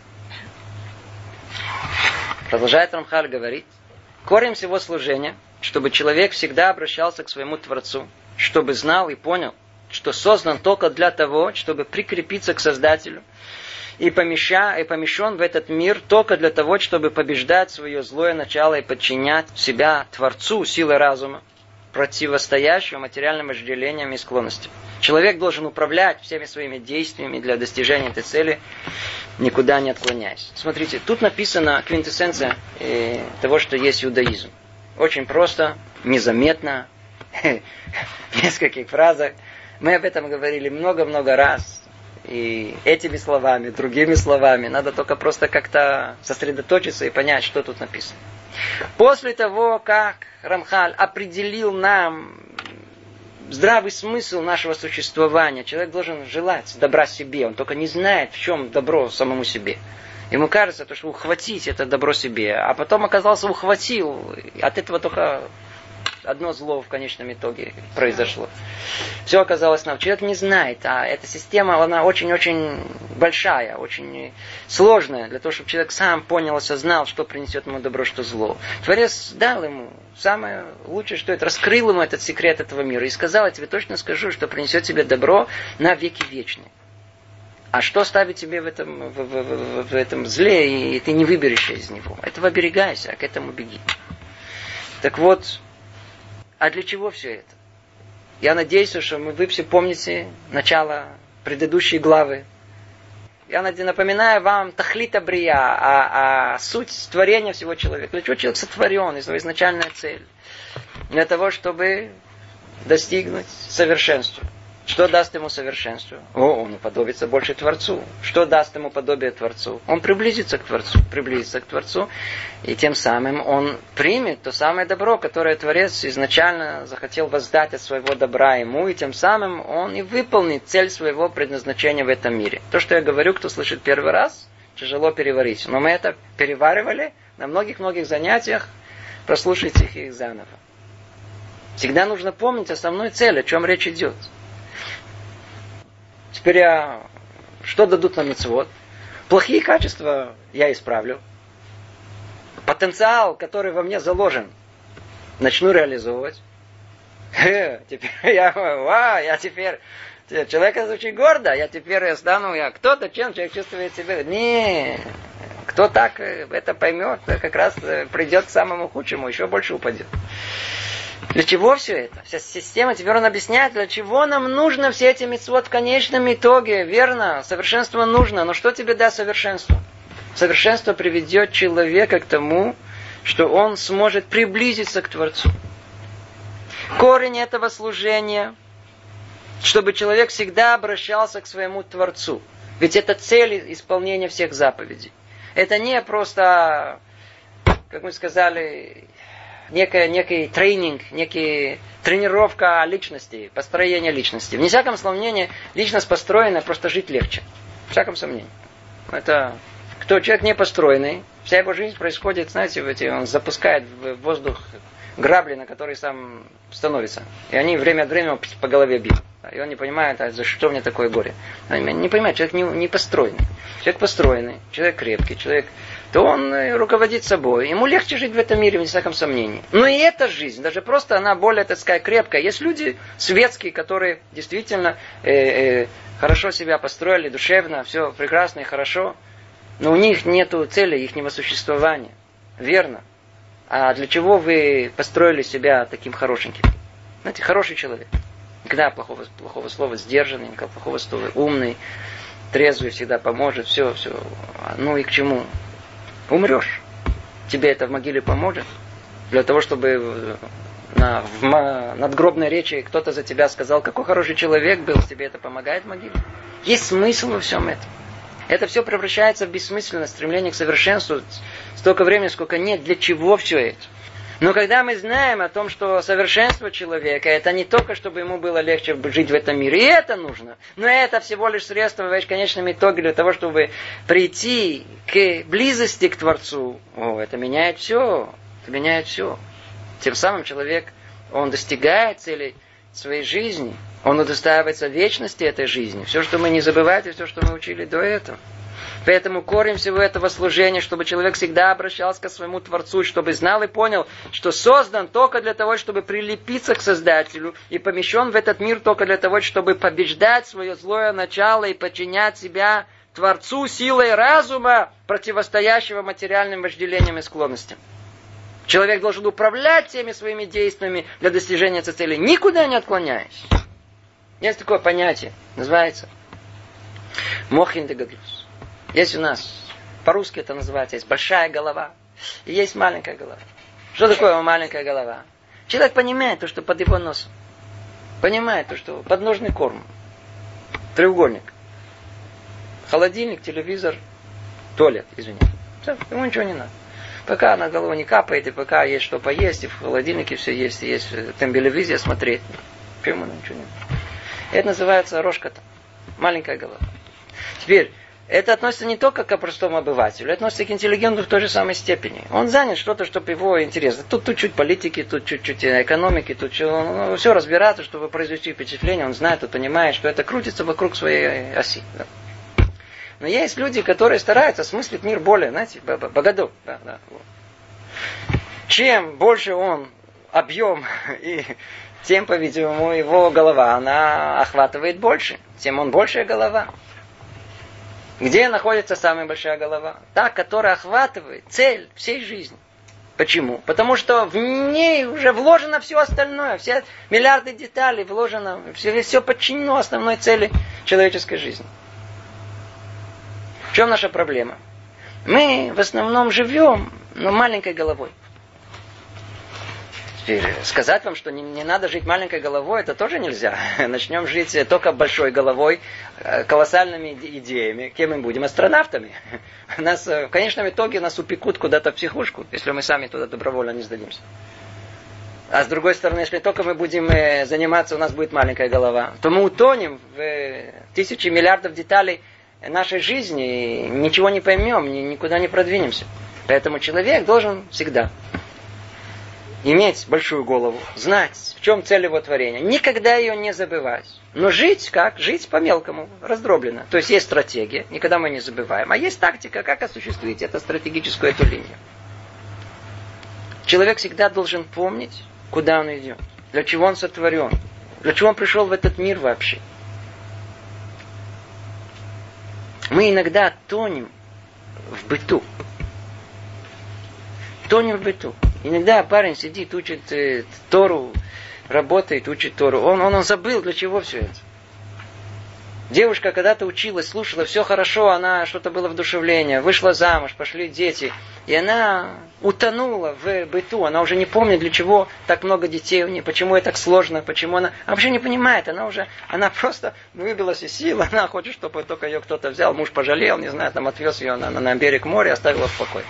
Продолжает Рамхаль говорить, корень всего служения, чтобы человек всегда обращался к своему Творцу, чтобы знал и понял, что создан только для того, чтобы прикрепиться к Создателю, и, помеща, и помещен в этот мир только для того, чтобы побеждать свое злое начало и подчинять себя Творцу силой разума, противостоящего материальным вожделениям и склонностям. Человек должен управлять всеми своими действиями для достижения этой цели, никуда не отклоняясь. Смотрите, тут написана квинтэссенция э, того, что есть иудаизм. Очень просто, незаметно, в нескольких фразах. Мы об этом говорили много-много раз. И этими словами, другими словами. Надо только просто как-то сосредоточиться и понять, что тут написано. После того, как Рамхаль определил нам здравый смысл нашего существования, человек должен желать добра себе. Он только не знает, в чем добро самому себе. Ему кажется, что ухватить это добро себе, а потом оказался ухватил. От этого только одно зло в конечном итоге произошло. Все оказалось нам. Человек не знает, а эта система, она очень-очень большая, очень сложная, для того, чтобы человек сам понял, осознал, что принесет ему добро, что зло. Творец дал ему самое лучшее, что это, раскрыл ему этот секрет этого мира и сказал, я тебе точно скажу, что принесет тебе добро на веки вечные. А что ставить тебе в этом, в, в, в, в этом зле, и ты не выберешься из него? Этого оберегайся, а к этому беги. Так вот, а для чего все это? Я надеюсь, что вы все помните начало предыдущей главы. Я напоминаю вам тахлита брия, а, а суть творения всего человека. Для чего человек сотворен, его изначальная цель? Для того, чтобы достигнуть совершенства. Что даст ему совершенство? О, он уподобится больше Творцу. Что даст ему подобие Творцу? Он приблизится к Творцу, приблизится к Творцу, и тем самым он примет то самое добро, которое Творец изначально захотел воздать от своего добра ему, и тем самым он и выполнит цель своего предназначения в этом мире. То, что я говорю, кто слышит первый раз, тяжело переварить. Но мы это переваривали на многих-многих занятиях, прослушайте их заново. Всегда нужно помнить основную цель, о чем речь идет. Теперь я... Что дадут нам мицвот? Плохие качества я исправлю. потенциал, который во мне заложен, начну реализовывать, теперь я, вау, я теперь, человек звучит гордо, я теперь стану, я кто-то, чем человек чувствует себя. Не, кто так это поймет, как раз придет к самому худшему, еще больше упадет. Для чего все это? Вся система, теперь он объясняет, для чего нам нужно все эти мицвот в конечном итоге. Верно, совершенство нужно, но что тебе даст совершенство? Совершенство приведет человека к тому, что он сможет приблизиться к Творцу. Корень этого служения, чтобы человек всегда обращался к своему Творцу. Ведь это цель исполнения всех заповедей. Это не просто, как мы сказали, некий, некий тренинг, некий тренировка личности, построение личности. В всяком сомнении, личность построена, просто жить легче. В всяком сомнении. Это кто человек не построенный, вся его жизнь происходит, знаете, в эти, он запускает в воздух грабли, на которые сам становится. И они время от времени по голове бьют. И он не понимает, а за что мне такое горе. Он не понимает, человек не, не построенный. Человек построенный, человек крепкий, человек, то он руководит собой. Ему легче жить в этом мире, вне всяком сомнении. Но и эта жизнь, даже просто она более, так сказать, крепкая. Есть люди светские, которые действительно э, э, хорошо себя построили, душевно, все прекрасно и хорошо. Но у них нет цели ихнего существования. Верно. А для чего вы построили себя таким хорошеньким? Знаете, хороший человек. Никогда плохого, плохого слова сдержанный, никогда плохого слова умный, трезвый всегда поможет, все, все. Ну и к чему? Умрешь. Тебе это в могиле поможет? Для того, чтобы на, в надгробной речи кто-то за тебя сказал, какой хороший человек был, тебе это помогает в могиле? Есть смысл во всем этом. Это все превращается в бессмысленное стремление к совершенству столько времени, сколько нет. Для чего все это? Но когда мы знаем о том, что совершенство человека, это не только, чтобы ему было легче жить в этом мире, и это нужно, но это всего лишь средство в конечном итоге для того, чтобы прийти к близости к Творцу. О, это меняет все. Это меняет все. Тем самым человек, он достигает целей своей жизни. Он удостаивается вечности этой жизни. Все, что мы не забываем, все, что мы учили до этого. Поэтому корень всего этого служения, чтобы человек всегда обращался к своему Творцу, чтобы знал и понял, что создан только для того, чтобы прилепиться к Создателю, и помещен в этот мир только для того, чтобы побеждать свое злое начало и подчинять себя Творцу силой разума, противостоящего материальным вожделениям и склонностям. Человек должен управлять всеми своими действиями для достижения этой цели, никуда не отклоняясь. Есть такое понятие, называется мохин де гаглус. Есть у нас, по-русски это называется, есть большая голова и есть маленькая голова. Что такое маленькая голова? Человек понимает то, что под его носом. Понимает то, что подножный корм. Треугольник. Холодильник, телевизор, туалет, извини. Все, ему ничего не надо. Пока на голову не капает, и пока есть что поесть, и в холодильнике все есть, и есть там телевизия смотреть. Ему ничего не надо. Это называется рожка-то. Маленькая голова. Теперь, это относится не только к простому обывателю, это относится к интеллигенту в той же самой степени. Он занят что-то, чтобы его интересно. Тут чуть-чуть политики, тут чуть-чуть экономики, тут ну, все разбираться, чтобы произвести впечатление. Он знает, он понимает, что это крутится вокруг своей оси. Да. Но есть люди, которые стараются осмыслить мир более, знаете, богоду. Да, да, вот. Чем больше он объем и тем, по-видимому, его голова, она охватывает больше. Тем он большая голова. Где находится самая большая голова? Та, которая охватывает цель всей жизни. Почему? Потому что в ней уже вложено все остальное. Все миллиарды деталей вложено. Все, все подчинено основной цели человеческой жизни. В чем наша проблема? Мы в основном живем, но маленькой головой. Сказать вам, что не, не надо жить маленькой головой, это тоже нельзя. Начнем жить только большой головой, колоссальными идеями. Кем мы будем? Астронавтами. Нас, в конечном итоге нас упекут куда-то в психушку, если мы сами туда добровольно не сдадимся. А с другой стороны, если только мы будем заниматься, у нас будет маленькая голова, то мы утонем в тысячи миллиардов деталей нашей жизни, и ничего не поймем, никуда не продвинемся. Поэтому человек должен всегда иметь большую голову, знать, в чем цель его творения, никогда ее не забывать. Но жить как? Жить по-мелкому, раздробленно. То есть есть стратегия, никогда мы не забываем, а есть тактика, как осуществить эту стратегическую эту линию. Человек всегда должен помнить, куда он идет, для чего он сотворен, для чего он пришел в этот мир вообще. Мы иногда тонем в быту. Тонем в быту. Иногда парень сидит, учит э, Тору, работает, учит Тору. Он, он, он забыл, для чего все это. Девушка когда-то училась, слушала, все хорошо, она что-то было вдушевление, вышла замуж, пошли дети. И она утонула в быту. Она уже не помнит, для чего так много детей у нее, почему это так сложно, почему она... Она вообще не понимает, она уже... Она просто выбилась из сил, она хочет, чтобы только ее кто-то взял, муж пожалел, не знаю, там отвез ее на, на берег моря, оставил в покое.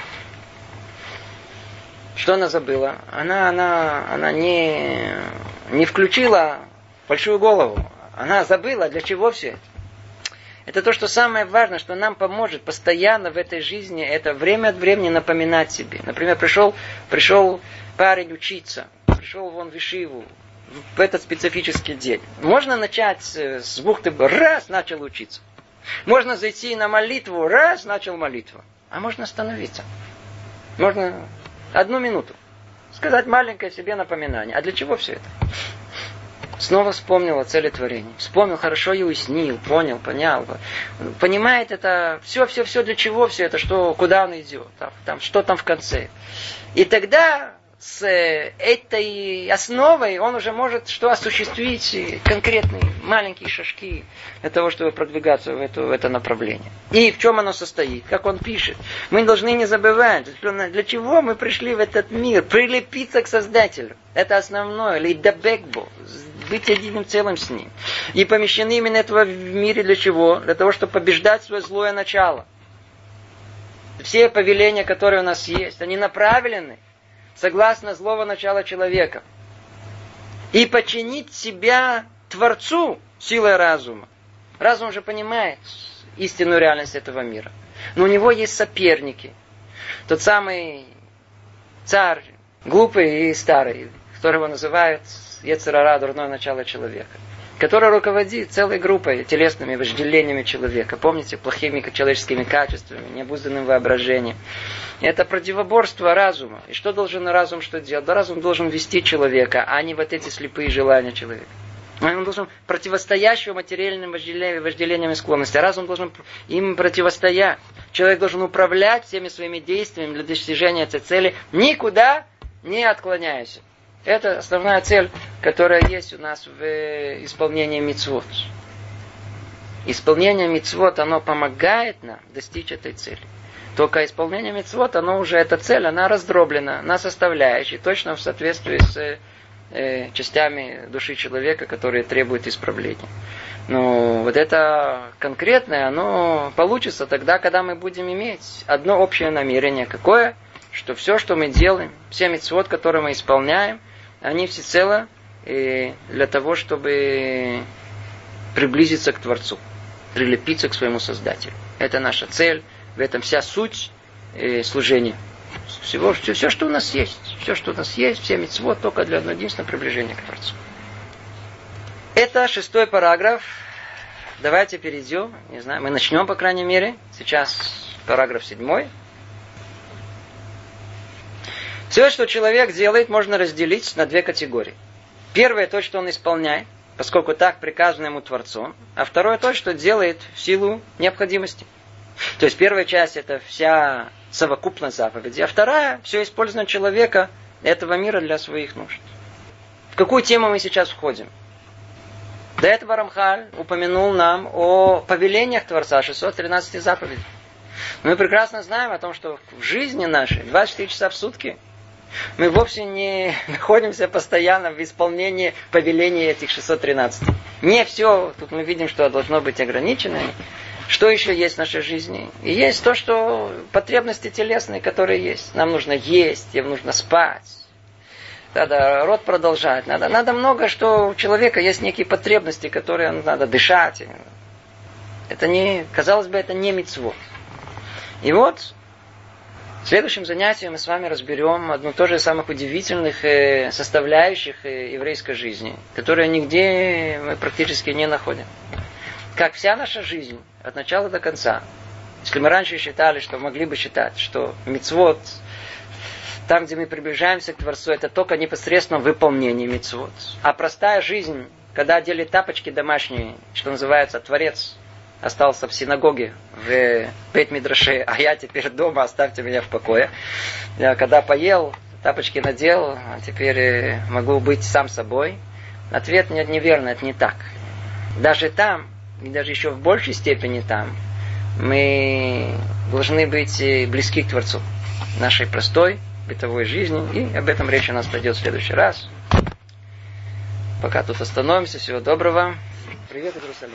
Что она забыла? Она, она, она не, не включила большую голову. Она забыла, для чего все это. Это то, что самое важное, что нам поможет постоянно в этой жизни, это время от времени напоминать себе. Например, пришел, пришел парень учиться, пришел вон в ешиву в этот специфический день. Можно начать с бухты, раз, начал учиться. Можно зайти на молитву, раз, начал молитву. А можно остановиться. Можно одну минуту сказать маленькое себе напоминание. А для чего все это? Снова вспомнил о цели творения. Вспомнил, хорошо и уяснил, понял, понял. Понимает это, все, все, все, для чего все это, что, куда он идет, там, там, что там в конце. И тогда с этой основой он уже может что осуществить конкретные маленькие шажки для того, чтобы продвигаться в, эту, в это направление. И в чем оно состоит, как он пишет. Мы должны не забывать, для чего мы пришли в этот мир, прилепиться к Создателю. Это основное, лейдабекбо, быть единым целым с Ним. И помещены именно этого в мире для чего? Для того, чтобы побеждать свое злое начало. Все повеления, которые у нас есть, они направлены согласно злого начала человека. И подчинить себя Творцу силой разума. Разум же понимает истинную реальность этого мира. Но у него есть соперники. Тот самый царь, глупый и старый, которого называют Йецер ара, дурное начало человека, который руководит целой группой телесными вожделениями человека. Помните, плохими человеческими качествами, необузданным воображением. Это противоборство разума. И что должен разум что делать? Да, разум должен вести человека, а не вот эти слепые желания человека. Он должен противостоять материальным вожделениям и склонностям. Разум должен им противостоять. Человек должен управлять всеми своими действиями для достижения этой цели, никуда не отклоняясь. Это основная цель, которая есть у нас в исполнении мицвот. Исполнение мицвот, оно помогает нам достичь этой цели. Только исполнение мицвот, оно уже, эта цель, она раздроблена на составляющие, точно в соответствии с э, частями души человека, которые требуют исправления. Но вот это конкретное, оно получится тогда, когда мы будем иметь одно общее намерение. Какое? Что все, что мы делаем, все мицвот, которые мы исполняем, они всецело э, для того, чтобы приблизиться к Творцу, прилепиться к своему Создателю. Это наша цель, в этом вся суть э, служения. Всего, все, все, что у нас есть, все, что у нас есть, все мицвот, только для одного единственного приближения к Творцу. Это шестой параграф. Давайте перейдем, не знаю, мы начнем, по крайней мере. Сейчас параграф седьмой. Все, что человек делает, можно разделить на две категории. Первое, то, что он исполняет, поскольку так приказано ему Творцом. А второе, то, что делает в силу необходимости. То есть первая часть, это вся совокупность заповедей. А вторая, все использование человека этого мира для своих нужд. В какую тему мы сейчас входим? До этого Рамхаль упомянул нам о повелениях Творца, шестьсот тринадцать заповедей. Мы прекрасно знаем о том, что в жизни нашей двадцать четыре часа в сутки мы вовсе не находимся постоянно в исполнении повелений этих шестьсот тринадцать. Не все, тут мы видим, что должно быть ограничено. Что еще есть в нашей жизни? И есть то, что потребности телесные, которые есть. Нам нужно есть, нам нужно спать. Надо рот продолжать. Надо, надо много, что у человека есть некие потребности, которые надо дышать. Это не, казалось бы, это не мицвот. И вот в следующем занятии мы с вами разберем одну тоже из самых удивительных составляющих еврейской жизни, которую нигде мы практически не находим. Как вся наша жизнь, от начала до конца. Если мы раньше считали, что могли бы считать, что мицвот там, где мы приближаемся к Творцу, это только непосредственно выполнение мицвот. А простая жизнь, когда одели тапочки домашние, что называется, Творец остался в синагоге, в Бейт-Мидраше, а я теперь дома, оставьте меня в покое. Я когда поел, тапочки надел, а теперь могу быть сам собой. Ответ нет, неверно, это не так. Даже там, и даже еще в большей степени там, мы должны быть близки к Творцу нашей простой бытовой жизни. И об этом речь у нас пойдет в следующий раз. Пока тут остановимся. Всего доброго. Привет, Иерусалим.